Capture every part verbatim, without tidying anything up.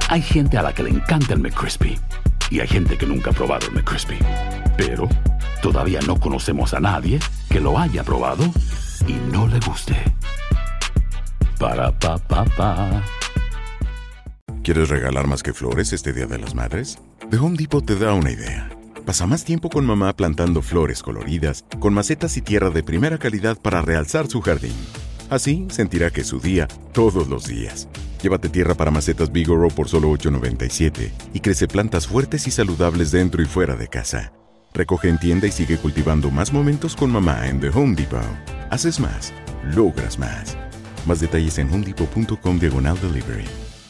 Hay gente a la que le encanta el McCrispy y hay gente que nunca ha probado el McCrispy. Pero todavía no conocemos a nadie que lo haya probado y no le guste. Para, pa, pa, pa. ¿Quieres regalar más que flores este Día de las Madres? The Home Depot te da una idea. Pasa más tiempo con mamá plantando flores coloridas, con macetas y tierra de primera calidad para realzar su jardín. Así sentirá que es su día todos los días. Llévate tierra para macetas Vigoro por solo ocho noventa y siete y crece plantas fuertes y saludables dentro y fuera de casa. Recoge en tienda y sigue cultivando más momentos con mamá en The Home Depot. Haces más, logras más. Más detalles en homedepot.com diagonal delivery.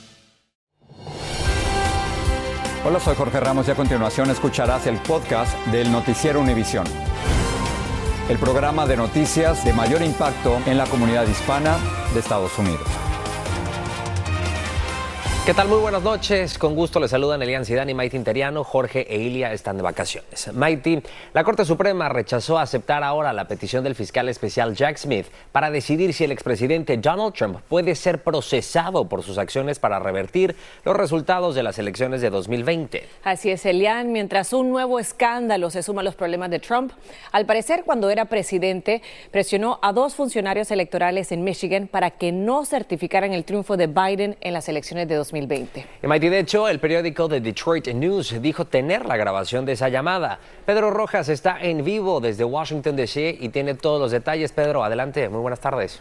Hola, soy Jorge Ramos y a continuación escucharás el podcast del Noticiero Univisión. El programa de noticias de mayor impacto en la comunidad hispana de Estados Unidos. ¿Qué tal? Muy buenas noches. Con gusto les saludan Elian Zidane y Maite Interiano. Jorge e Ilia están de vacaciones. Maite, la Corte Suprema rechazó aceptar ahora la petición del fiscal especial Jack Smith para decidir si el expresidente Donald Trump puede ser procesado por sus acciones para revertir los resultados de las elecciones de dos mil veinte. Así es, Elian. Mientras un nuevo escándalo se suma a los problemas de Trump, al parecer cuando era presidente presionó a dos funcionarios electorales en Michigan para que no certificaran el triunfo de Biden en las elecciones de dos mil veinte. Y Maite, de hecho, el periódico The Detroit News dijo tener la grabación de esa llamada. Pedro Rojas está en vivo desde Washington, D C y tiene todos los detalles. Pedro, adelante. Muy buenas tardes.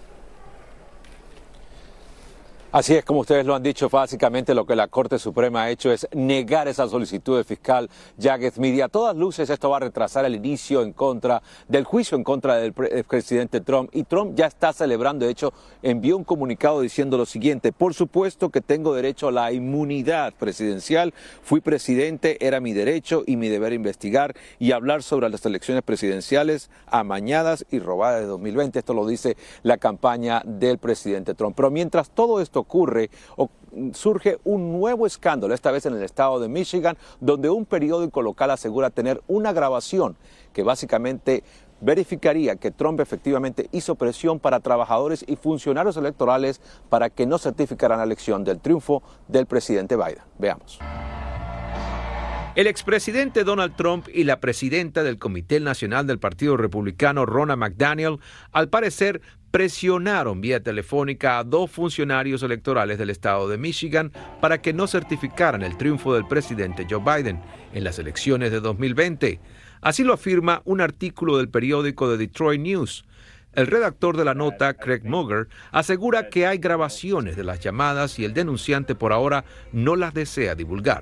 Así es, como ustedes lo han dicho, básicamente lo que la Corte Suprema ha hecho es negar esa solicitud del fiscal Jack Smith. Y a todas luces esto va a retrasar el inicio en contra del juicio en contra del pre presidente Trump. Y Trump ya está celebrando, de hecho, envió un comunicado diciendo lo siguiente: por supuesto que tengo derecho a la inmunidad presidencial. Fui presidente, era mi derecho y mi deber investigar y hablar sobre las elecciones presidenciales amañadas y robadas de dos mil veinte. Esto lo dice la campaña del presidente Trump. Pero mientras todo esto ocurre, surge un nuevo escándalo, esta vez en el estado de Michigan, donde un periódico local asegura tener una grabación que básicamente verificaría que Trump efectivamente hizo presión para trabajadores y funcionarios electorales para que no certificaran la elección del triunfo del presidente Biden. Veamos. El expresidente Donald Trump y la presidenta del Comité Nacional del Partido Republicano, Ronna McDaniel, al parecer presionaron vía telefónica a dos funcionarios electorales del estado de Michigan para que no certificaran el triunfo del presidente Joe Biden en las elecciones de dos mil veinte. Así lo afirma un artículo del periódico The Detroit News. El redactor de la nota, Craig Mugger, asegura que hay grabaciones de las llamadas y el denunciante por ahora no las desea divulgar.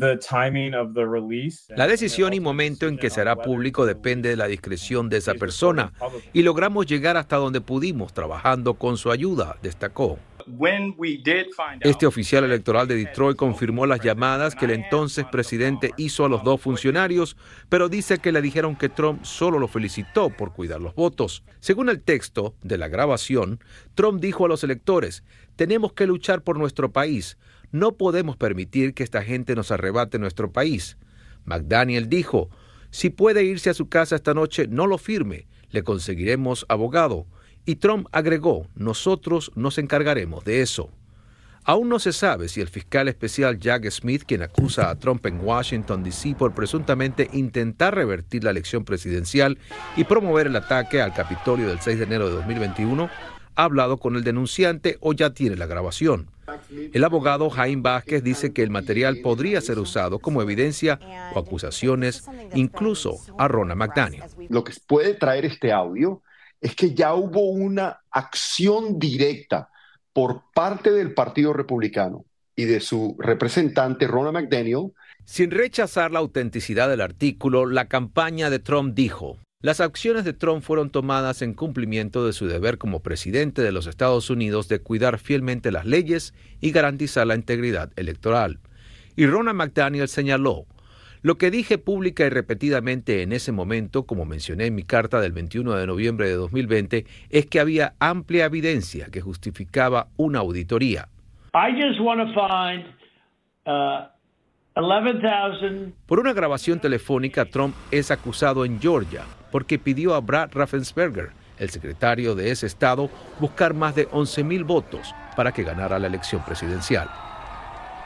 La decisión y momento en que se hará público depende de la discreción de esa persona y logramos llegar hasta donde pudimos trabajando con su ayuda, destacó. Este oficial electoral de Detroit confirmó las llamadas que el entonces presidente hizo a los dos funcionarios, pero dice que le dijeron que Trump solo lo felicitó por cuidar los votos. Según el texto de la grabación, Trump dijo a los electores: tenemos que luchar por nuestro país. No podemos permitir que esta gente nos arrebate nuestro país. McDaniel dijo: si puede irse a su casa esta noche, no lo firme. Le conseguiremos abogado. Y Trump agregó: nosotros nos encargaremos de eso. Aún no se sabe si el fiscal especial Jack Smith, quien acusa a Trump en Washington, D C por presuntamente intentar revertir la elección presidencial y promover el ataque al Capitolio del seis de enero de dos mil veintiuno, ha hablado con el denunciante o ya tiene la grabación. El abogado Jaime Vázquez dice que el material podría ser usado como evidencia o acusaciones, incluso a Ronna McDaniel. Lo que puede traer este audio es que ya hubo una acción directa por parte del Partido Republicano y de su representante, Ronna McDaniel. Sin rechazar la autenticidad del artículo, la campaña de Trump dijo: las acciones de Trump fueron tomadas en cumplimiento de su deber como presidente de los Estados Unidos de cuidar fielmente las leyes y garantizar la integridad electoral. Y Ronna McDaniel señaló: lo que dije pública y repetidamente en ese momento, como mencioné en mi carta del veintiuno de noviembre de dos mil veinte, es que había amplia evidencia que justificaba una auditoría. I just want to find, uh... Por una grabación telefónica, Trump es acusado en Georgia porque pidió a Brad Raffensperger, el secretario de ese estado, buscar más de once mil votos para que ganara la elección presidencial.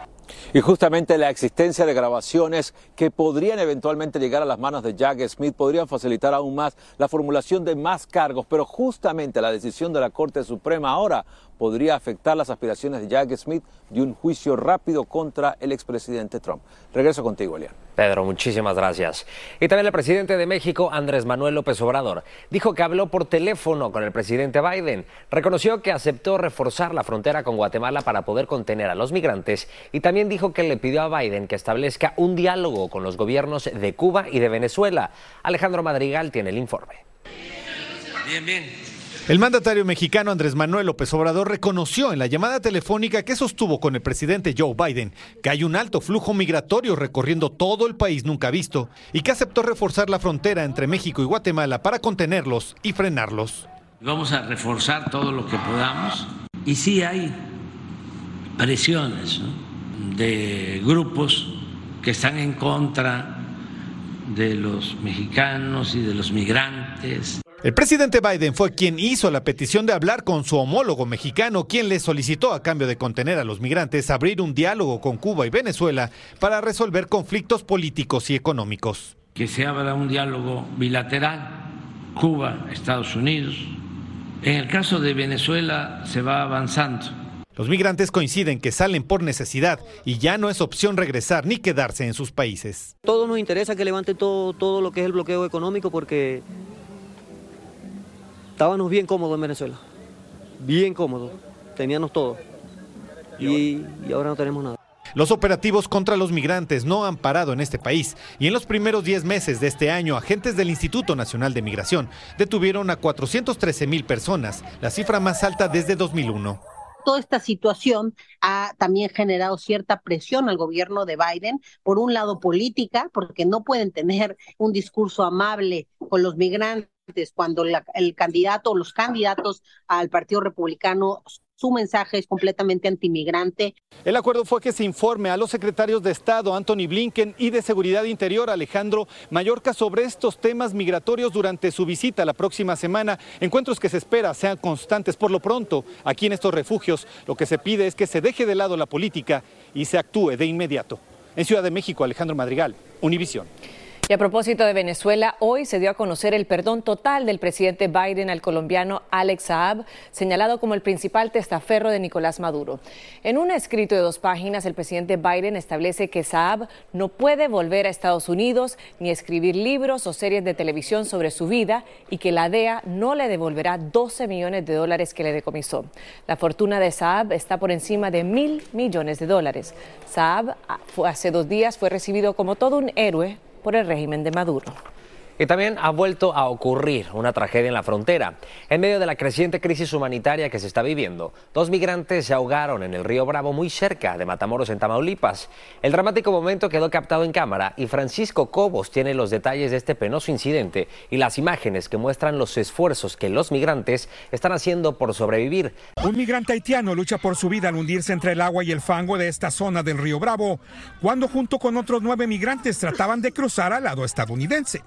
Y justamente la existencia de grabaciones que podrían eventualmente llegar a las manos de Jack Smith podrían facilitar aún más la formulación de más cargos, pero justamente la decisión de la Corte Suprema ahora podría afectar las aspiraciones de Jack Smith de un juicio rápido contra el expresidente Trump. Regreso contigo, Elian. Pedro, muchísimas gracias. Y también el presidente de México, Andrés Manuel López Obrador, dijo que habló por teléfono con el presidente Biden. Reconoció que aceptó reforzar la frontera con Guatemala para poder contener a los migrantes y también dijo que le pidió a Biden que establezca un diálogo con los gobiernos de Cuba y de Venezuela. Alejandro Madrigal tiene el informe. Bien, bien. El mandatario mexicano Andrés Manuel López Obrador reconoció en la llamada telefónica que sostuvo con el presidente Joe Biden que hay un alto flujo migratorio recorriendo todo el país nunca visto y que aceptó reforzar la frontera entre México y Guatemala para contenerlos y frenarlos. Vamos a reforzar todo lo que podamos y sí hay presiones, ¿no?, de grupos que están en contra de los mexicanos y de los migrantes. El presidente Biden fue quien hizo la petición de hablar con su homólogo mexicano, quien le solicitó, a cambio de contener a los migrantes, abrir un diálogo con Cuba y Venezuela para resolver conflictos políticos y económicos. Que se abra un diálogo bilateral, Cuba, Estados Unidos. En el caso de Venezuela se va avanzando. Los migrantes coinciden que salen por necesidad y ya no es opción regresar ni quedarse en sus países. Todos nos interesa que levante todo, todo lo que es el bloqueo económico porque estábamos bien cómodos en Venezuela, bien cómodos, teníamos todo y, y ahora no tenemos nada. Los operativos contra los migrantes no han parado en este país y en los primeros diez meses de este año, agentes del Instituto Nacional de Migración detuvieron a cuatrocientas trece mil personas, la cifra más alta desde dos mil uno. Toda esta situación ha también generado cierta presión al gobierno de Biden, por un lado política, porque no pueden tener un discurso amable con los migrantes cuando la, el candidato o los candidatos al Partido Republicano, su mensaje es completamente antimigrante. El acuerdo fue que se informe a los secretarios de Estado, Anthony Blinken, y de Seguridad Interior, Alejandro Mayorkas, sobre estos temas migratorios durante su visita la próxima semana. Encuentros que se espera sean constantes. Por lo pronto, aquí en estos refugios, lo que se pide es que se deje de lado la política y se actúe de inmediato. En Ciudad de México, Alejandro Madrigal, Univisión. Y a propósito de Venezuela, hoy se dio a conocer el perdón total del presidente Biden al colombiano Alex Saab, señalado como el principal testaferro de Nicolás Maduro. En un escrito de dos páginas, el presidente Biden establece que Saab no puede volver a Estados Unidos ni escribir libros o series de televisión sobre su vida y que la D E A no le devolverá doce millones de dólares que le decomisó. La fortuna de Saab está por encima de mil millones de dólares. Saab hace dos días fue recibido como todo un héroe por el régimen de Maduro. Y también ha vuelto a ocurrir una tragedia en la frontera. En medio de la creciente crisis humanitaria que se está viviendo, dos migrantes se ahogaron en el río Bravo, muy cerca de Matamoros, en Tamaulipas. El dramático momento quedó captado en cámara y Francisco Cobos tiene los detalles de este penoso incidente y las imágenes que muestran los esfuerzos que los migrantes están haciendo por sobrevivir. Un migrante haitiano lucha por su vida al hundirse entre el agua y el fango de esta zona del río Bravo, cuando junto con otros nueve migrantes trataban de cruzar al lado estadounidense.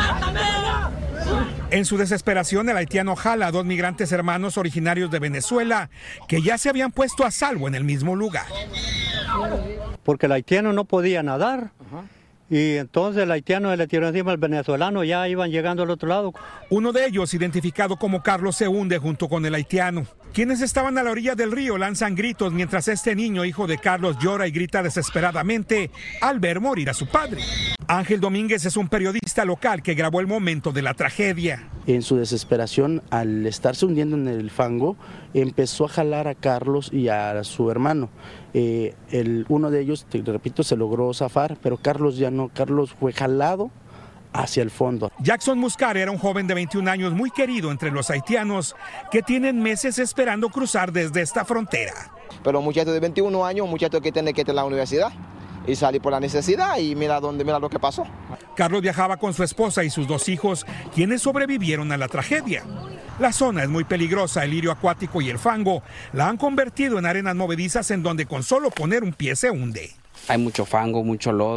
En su desesperación, el haitiano jala a dos migrantes hermanos originarios de Venezuela que ya se habían puesto a salvo en el mismo lugar. Porque el haitiano no podía nadar. Ajá. Y entonces el haitiano le tiró encima al venezolano, ya iban llegando al otro lado. Uno de ellos, identificado como Carlos, se hunde junto con el haitiano. Quienes estaban a la orilla del río lanzan gritos mientras este niño, hijo de Carlos, llora y grita desesperadamente al ver morir a su padre. Ángel Domínguez es un periodista local que grabó el momento de la tragedia. En su desesperación, al estarse hundiendo en el fango, empezó a jalar a Carlos y a su hermano. Eh, el, uno de ellos, te repito, se logró zafar, pero Carlos ya no. Carlos fue jalado hacia el fondo. Jackson Muscar era un joven de veintiún años muy querido entre los haitianos que tienen meses esperando cruzar desde esta frontera. Pero un muchacho de veintiún años, un muchacho que tiene que ir a la universidad y salir por la necesidad y mira dónde, mira lo que pasó. Carlos viajaba con su esposa y sus dos hijos, quienes sobrevivieron a la tragedia. La zona es muy peligrosa, el lirio acuático y el fango la han convertido en arenas movedizas en donde con solo poner un pie se hunde. Hay mucho fango, mucho lodo.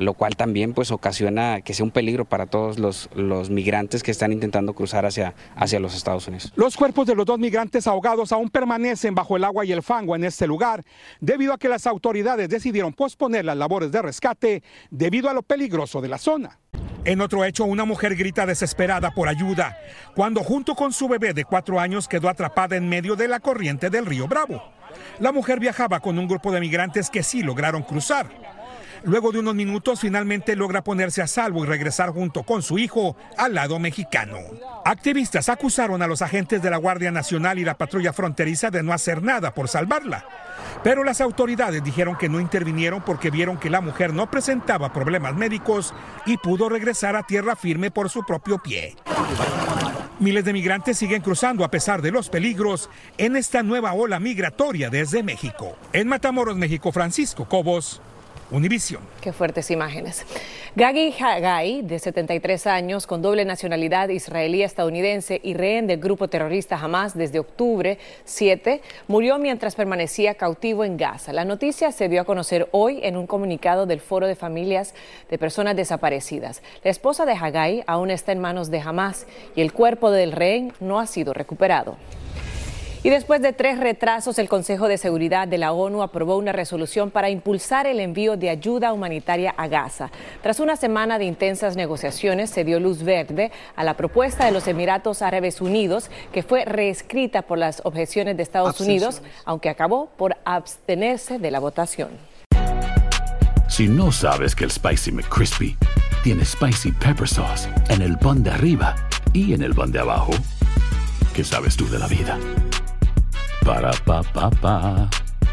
lo cual también pues ocasiona que sea un peligro para todos los, los migrantes que están intentando cruzar hacia, hacia los Estados Unidos. Los cuerpos de los dos migrantes ahogados aún permanecen bajo el agua y el fango en este lugar, debido a que las autoridades decidieron posponer las labores de rescate debido a lo peligroso de la zona. En otro hecho, una mujer grita desesperada por ayuda cuando junto con su bebé de cuatro años quedó atrapada en medio de la corriente del río Bravo. La mujer viajaba con un grupo de migrantes que sí lograron cruzar. Luego de unos minutos, finalmente logra ponerse a salvo y regresar junto con su hijo al lado mexicano. Activistas acusaron a los agentes de la Guardia Nacional y la patrulla fronteriza de no hacer nada por salvarla. Pero las autoridades dijeron que no intervinieron porque vieron que la mujer no presentaba problemas médicos y pudo regresar a tierra firme por su propio pie. Miles de migrantes siguen cruzando a pesar de los peligros en esta nueva ola migratoria desde México. En Matamoros, México, Francisco Cobos, Univisión. Qué fuertes imágenes. Gagi Hagai, de setenta y tres años, con doble nacionalidad israelí-estadounidense y rehén del grupo terrorista Hamas desde octubre siete, murió mientras permanecía cautivo en Gaza. La noticia se dio a conocer hoy en un comunicado del Foro de Familias de Personas Desaparecidas. La esposa de Hagai aún está en manos de Hamas y el cuerpo del rehén no ha sido recuperado. Y después de tres retrasos, el Consejo de Seguridad de la ONU aprobó una resolución para impulsar el envío de ayuda humanitaria a Gaza. Tras una semana de intensas negociaciones, se dio luz verde a la propuesta de los Emiratos Árabes Unidos, que fue reescrita por las objeciones de Estados Unidos, aunque acabó por abstenerse de la votación. Si no sabes que el Spicy McCrispy tiene Spicy Pepper Sauce en el pan de arriba y en el pan de abajo, ¿qué sabes tú de la vida? Para, pa, pa, pa.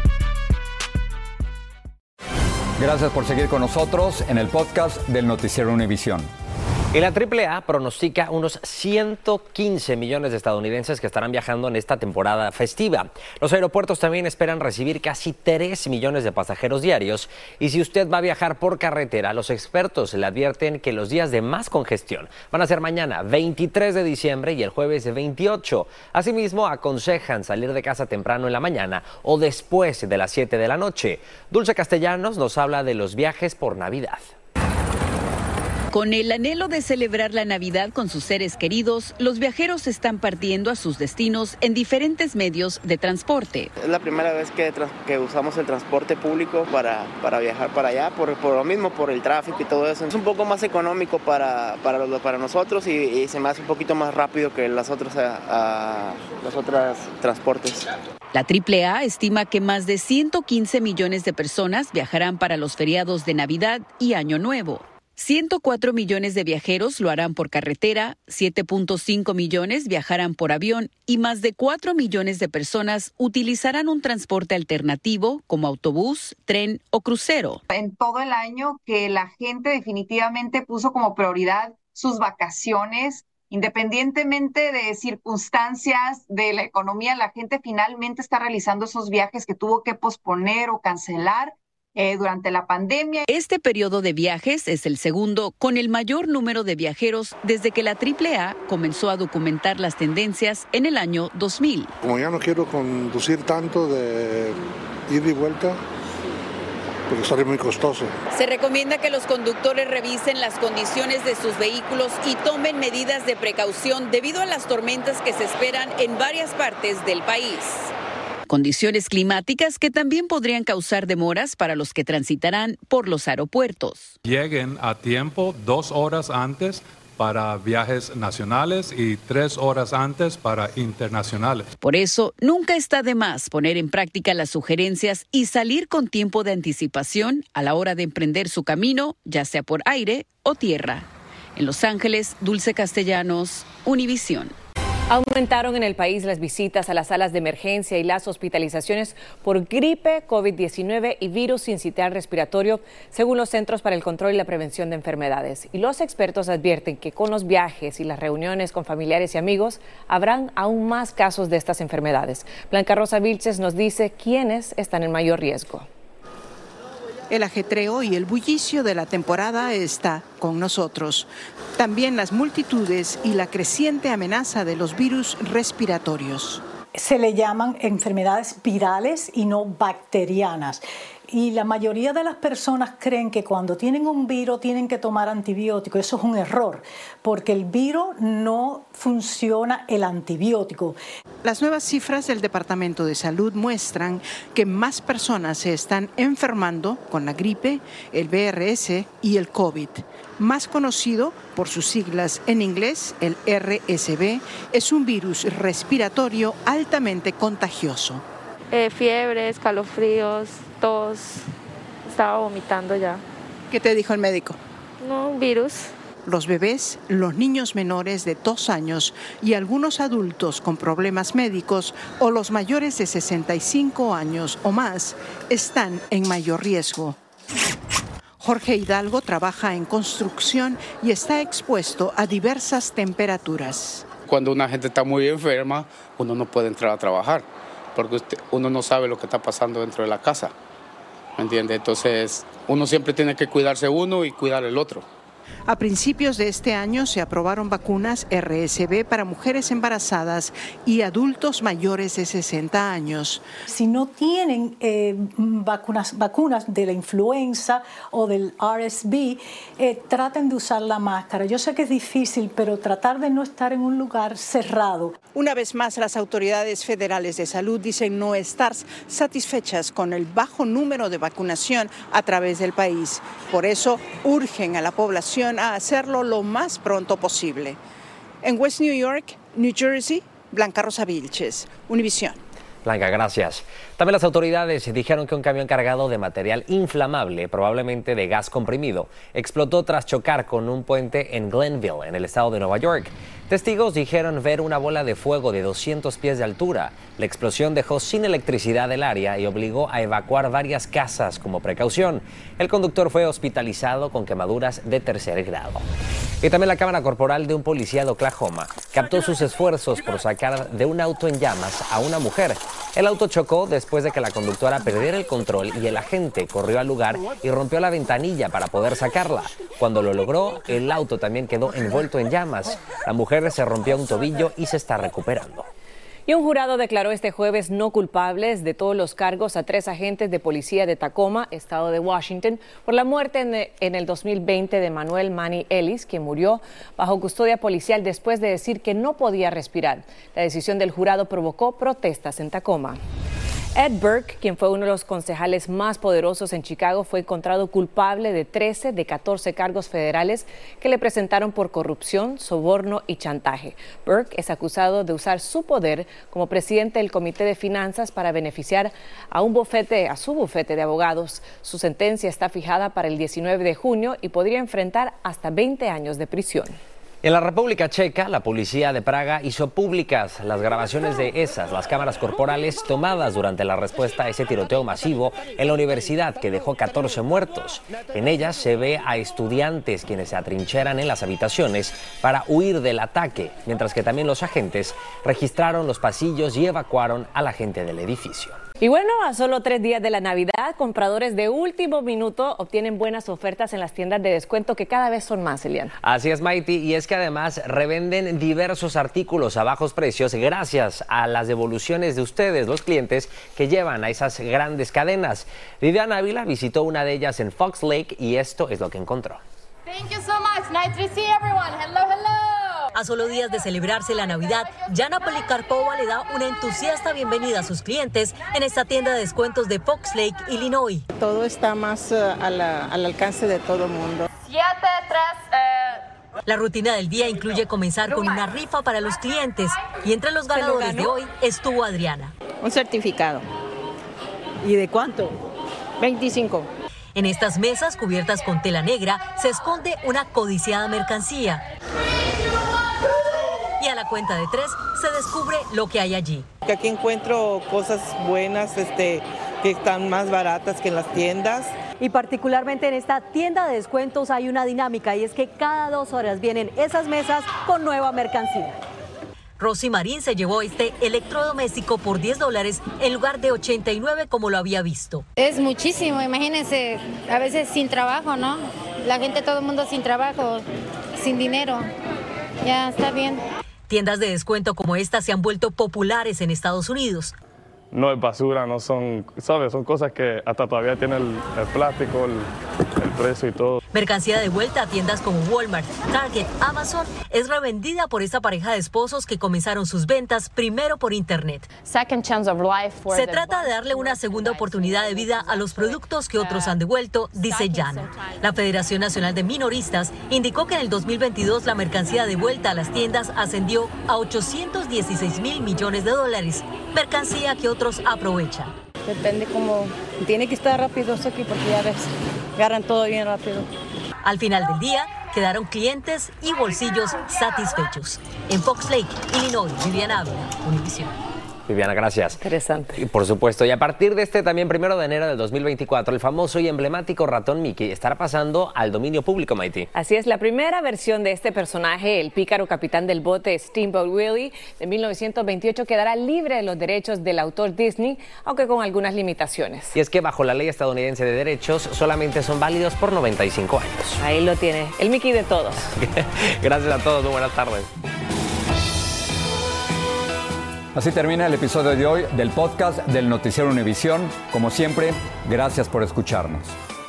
Gracias por seguir con nosotros en el podcast del Noticiero Univisión. Y la triple A pronostica unos ciento quince millones de estadounidenses que estarán viajando en esta temporada festiva. Los aeropuertos también esperan recibir casi tres millones de pasajeros diarios. Y si usted va a viajar por carretera, los expertos le advierten que los días de más congestión van a ser mañana, veintitrés de diciembre, y el jueves veintiocho. Asimismo, aconsejan salir de casa temprano en la mañana o después de las siete de la noche. Dulce Castellanos nos habla de los viajes por Navidad. Con el anhelo de celebrar la Navidad con sus seres queridos, los viajeros están partiendo a sus destinos en diferentes medios de transporte. Es la primera vez que, que usamos el transporte público para, para viajar para allá, por, por lo mismo, por el tráfico y todo eso. Es un poco más económico para, para, los, para nosotros y, y se me hace un poquito más rápido que las otras, a, a, los otros transportes. La triple A estima que más de ciento quince millones de personas viajarán para los feriados de Navidad y Año Nuevo. ciento cuatro millones de viajeros lo harán por carretera, siete punto cinco millones viajarán por avión y más de cuatro millones de personas utilizarán un transporte alternativo como autobús, tren o crucero. En todo el año que la gente definitivamente puso como prioridad sus vacaciones, independientemente de circunstancias de la economía, la gente finalmente está realizando esos viajes que tuvo que posponer o cancelar Eh, durante la pandemia. Este periodo de viajes es el segundo con el mayor número de viajeros desde que la triple A comenzó a documentar las tendencias en el año dos mil. Como ya no quiero conducir tanto de ir y vuelta, porque sale muy costoso. Se recomienda que los conductores revisen las condiciones de sus vehículos y tomen medidas de precaución debido a las tormentas que se esperan en varias partes del país. Condiciones climáticas que también podrían causar demoras para los que transitarán por los aeropuertos. Lleguen a tiempo dos horas antes para viajes nacionales y tres horas antes para internacionales. Por eso, nunca está de más poner en práctica las sugerencias y salir con tiempo de anticipación a la hora de emprender su camino, ya sea por aire o tierra. En Los Ángeles, Dulce Castellanos, Univisión. Aumentaron en el país las visitas a las salas de emergencia y las hospitalizaciones por gripe, COVID diecinueve y virus sincitial respiratorio, según los Centros para el Control y la Prevención de Enfermedades. Y los expertos advierten que con los viajes y las reuniones con familiares y amigos habrán aún más casos de estas enfermedades. Blanca Rosa Vilches nos dice quiénes están en mayor riesgo. El ajetreo y el bullicio de la temporada está con nosotros. También las multitudes y la creciente amenaza de los virus respiratorios. Se le llaman enfermedades virales y no bacterianas. Y la mayoría de las personas creen que cuando tienen un virus tienen que tomar antibiótico. Eso es un error, porque el virus no funciona el antibiótico. Las nuevas cifras del Departamento de Salud muestran que más personas se están enfermando con la gripe, el V R S y el COVID. Más conocido por sus siglas en inglés, el R S V, es un virus respiratorio altamente contagioso. Eh, fiebre, escalofríos, tos, estaba vomitando ya. ¿Qué te dijo el médico? No, un virus. Los bebés, los niños menores de dos años y algunos adultos con problemas médicos o los mayores de sesenta y cinco años o más están en mayor riesgo. Jorge Hidalgo trabaja en construcción y está expuesto a diversas temperaturas. Cuando una gente está muy enferma, uno no puede entrar a trabajar, porque usted, uno no sabe lo que está pasando dentro de la casa, ¿me entiende? Entonces, uno siempre tiene que cuidarse uno y cuidar el otro. A principios de este año se aprobaron vacunas R S V para mujeres embarazadas y adultos mayores de sesenta años. Si no tienen eh, vacunas, vacunas de la influenza o del R S V, eh, traten de usar la máscara. Yo sé que es difícil, pero tratar de no estar en un lugar cerrado. Una vez más, las autoridades federales de salud dicen no estar satisfechas con el bajo número de vacunación a través del país. Por eso, urgen a la población a hacerlo lo más pronto posible. En West New York, New Jersey, Blanca Rosa Vilches, Univisión. Blanca, gracias. También las autoridades dijeron que un camión cargado de material inflamable, probablemente de gas comprimido, explotó tras chocar con un puente en Glenville, en el estado de Nueva York. Testigos dijeron ver una bola de fuego de doscientos pies de altura. La explosión dejó sin electricidad el área y obligó a evacuar varias casas como precaución. El conductor fue hospitalizado con quemaduras de tercer grado. Y también la cámara corporal de un policía de Oklahoma captó sus esfuerzos por sacar de un auto en llamas a una mujer. El auto chocó después de que la conductora perdiera el control y el agente corrió al lugar y rompió la ventanilla para poder sacarla. Cuando lo logró, el auto también quedó envuelto en llamas. La mujer se rompió un tobillo y se está recuperando. Y un jurado declaró este jueves no culpables de todos los cargos a tres agentes de policía de Tacoma, estado de Washington, por la muerte en, en el dos mil veinte de Manuel Manny Ellis, quien murió bajo custodia policial después de decir que no podía respirar. La decisión del jurado provocó protestas en Tacoma. Ed Burke, quien fue uno de los concejales más poderosos en Chicago, fue encontrado culpable de trece de catorce cargos federales que le presentaron por corrupción, soborno y chantaje. Burke es acusado de usar su poder como presidente del Comité de Finanzas para beneficiar a un bufete, a su bufete de abogados. Su sentencia está fijada para el diecinueve de junio y podría enfrentar hasta veinte años de prisión. En la República Checa, la policía de Praga hizo públicas las grabaciones de esas, las cámaras corporales tomadas durante la respuesta a ese tiroteo masivo en la universidad que dejó catorce muertos. En ellas se ve a estudiantes quienes se atrincheran en las habitaciones para huir del ataque, mientras que también los agentes registraron los pasillos y evacuaron a la gente del edificio. Y bueno, a solo tres días de la Navidad, compradores de último minuto obtienen buenas ofertas en las tiendas de descuento que cada vez son más, Elian. Así es, Maiti, y es que además revenden diversos artículos a bajos precios gracias a las devoluciones de ustedes, los clientes, que llevan a esas grandes cadenas. Lidiana Ávila visitó una de ellas en Fox Lake y esto es lo que encontró. Thank you so much. Nice to see everyone. Hello, hello. A solo días de celebrarse la Navidad, Yana Policarpova le da una entusiasta bienvenida a sus clientes en esta tienda de descuentos de Fox Lake, Illinois. Todo está más uh, a la, al alcance de todo el mundo. Siete, tres, eh... La rutina del día incluye comenzar con una rifa para los clientes y entre los ganadores de hoy estuvo Adriana. Un certificado. ¿Y de cuánto? veinticinco. En estas mesas cubiertas con tela negra se esconde una codiciada mercancía. Y a la cuenta de tres se descubre lo que hay allí. Aquí encuentro cosas buenas, este, que están más baratas que en las tiendas. Y particularmente en esta tienda de descuentos hay una dinámica y es que cada dos horas vienen esas mesas con nueva mercancía. Rosy Marín se llevó este electrodoméstico por diez dólares en lugar de ochenta y nueve como lo había visto. Es muchísimo, imagínense, a veces sin trabajo, ¿no? La gente, todo el mundo sin trabajo, sin dinero, ya está bien. Tiendas de descuento como esta se han vuelto populares en Estados Unidos. no es basura, no son, ¿sabes? Son cosas que hasta todavía tienen el, el plástico, el, el precio y todo. Mercancía de vuelta a tiendas como Walmart, Target, Amazon es revendida por esta pareja de esposos que comenzaron sus ventas primero por internet. Se trata de darle una segunda oportunidad de vida a los productos que otros han devuelto, dice Jana. La Federación Nacional de Minoristas indicó que en el dos mil veintidós la mercancía de vuelta a las tiendas ascendió a ochocientos dieciséis mil millones de dólares, mercancía que otros aprovechan. Depende cómo, tiene que estar rápido esto aquí porque ya ves, agarran todo bien rápido. Al final del día, quedaron clientes y bolsillos satisfechos. En Fox Lake, Illinois, Viviana Ávila, Univisión. Viviana, gracias. Interesante. Y por supuesto, y a partir de este también primero de enero del dos mil veinticuatro, el famoso y emblemático ratón Mickey estará pasando al dominio público, Maití. Así es, la primera versión de este personaje, el pícaro capitán del bote Steamboat Willie, de mil novecientos veintiocho, quedará libre de los derechos del autor Disney, aunque con algunas limitaciones. Y es que bajo la ley estadounidense de derechos, solamente son válidos por noventa y cinco años. Ahí lo tiene, el Mickey de todos. Gracias a todos, muy buenas tardes. Así termina el episodio de hoy del podcast del Noticiero Univisión. Como siempre, gracias por escucharnos.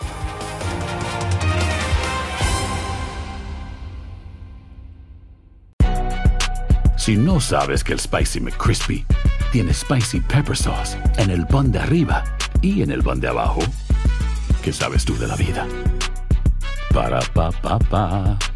Si no sabes que el Spicy McCrispy tiene Spicy Pepper Sauce en el pan de arriba y en el pan de abajo, ¿qué sabes tú de la vida? Para, pa, pa, pa.